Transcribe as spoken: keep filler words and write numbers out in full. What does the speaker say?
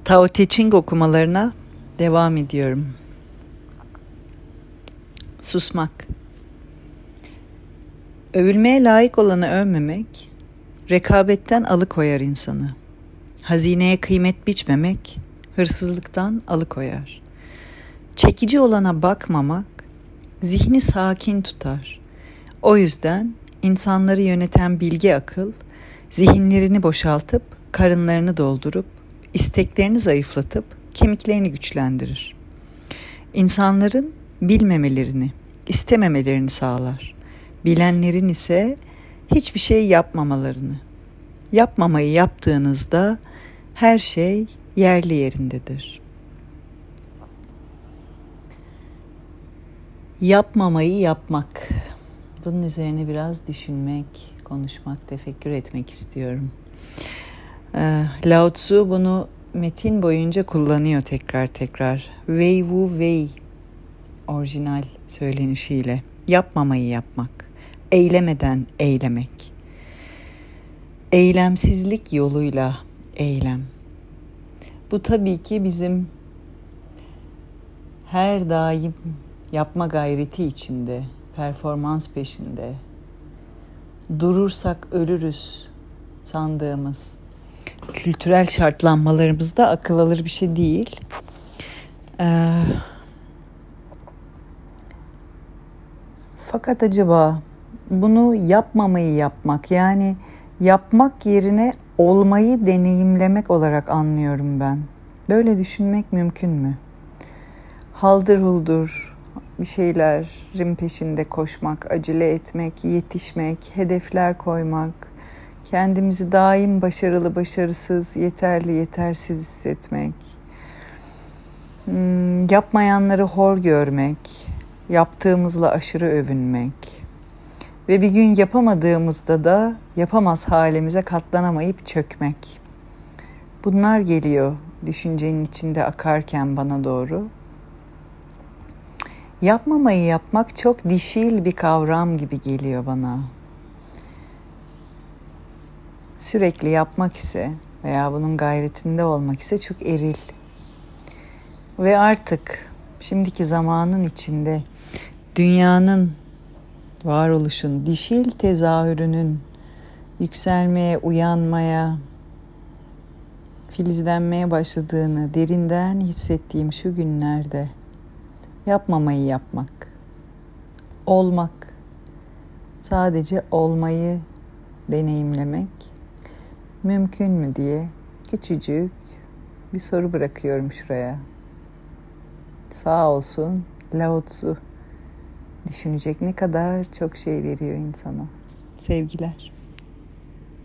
Tao Te Ching okumalarına devam ediyorum. Susmak. Övülmeye layık olanı övmemek, rekabetten alıkoyar insanı. Hazineye kıymet biçmemek, hırsızlıktan alıkoyar. Çekici olana bakmamak, zihni sakin tutar. O yüzden insanları yöneten bilge akıl, zihinlerini boşaltıp, karınlarını doldurup, isteklerini zayıflatıp, kemiklerini güçlendirir. İnsanların bilmemelerini, istememelerini sağlar. Bilenlerin ise hiçbir şey yapmamalarını. Yapmamayı yaptığınızda her şey yerli yerindedir. Yapmamayı yapmak. Bunun üzerine biraz düşünmek, konuşmak, tefekkür etmek istiyorum. Ee, Lao Tzu bunu metin boyunca kullanıyor tekrar tekrar. Wei Wu Wei orijinal söylenişiyle. Yapmamayı yapmak. Eylemeden eylemek. Eylemsizlik yoluyla eylem. Bu tabii ki bizim her daim yapma gayreti içinde, performans peşinde, durursak ölürüz sandığımız kültürel şartlanmalarımızda akıl alır bir şey değil. Ee, fakat acaba bunu yapmamayı yapmak, yani yapmak yerine olmayı deneyimlemek olarak anlıyorum ben. Böyle düşünmek mümkün mü? Haldır huldur bir şeylerin peşinde koşmak, acele etmek, yetişmek, hedefler koymak, kendimizi daim başarılı, başarısız, yeterli, yetersiz hissetmek, hmm, yapmayanları hor görmek, yaptığımızla aşırı övünmek ve bir gün yapamadığımızda da yapamaz halimize katlanamayıp çökmek. Bunlar geliyor düşüncenin içinde akarken bana doğru. Yapmamayı yapmak çok dişil bir kavram gibi geliyor bana. Sürekli yapmak ise veya bunun gayretinde olmak ise çok eril. Ve artık şimdiki zamanın içinde dünyanın, varoluşun, dişil tezahürünün yükselmeye, uyanmaya, filizlenmeye başladığını derinden hissettiğim şu günlerde yapmamayı yapmak, olmak, sadece olmayı deneyimlemek mümkün mü diye küçücük bir soru bırakıyorum şuraya. Sağ olsun Lao Tzu düşünecek ne kadar çok şey veriyor insana. Sevgiler.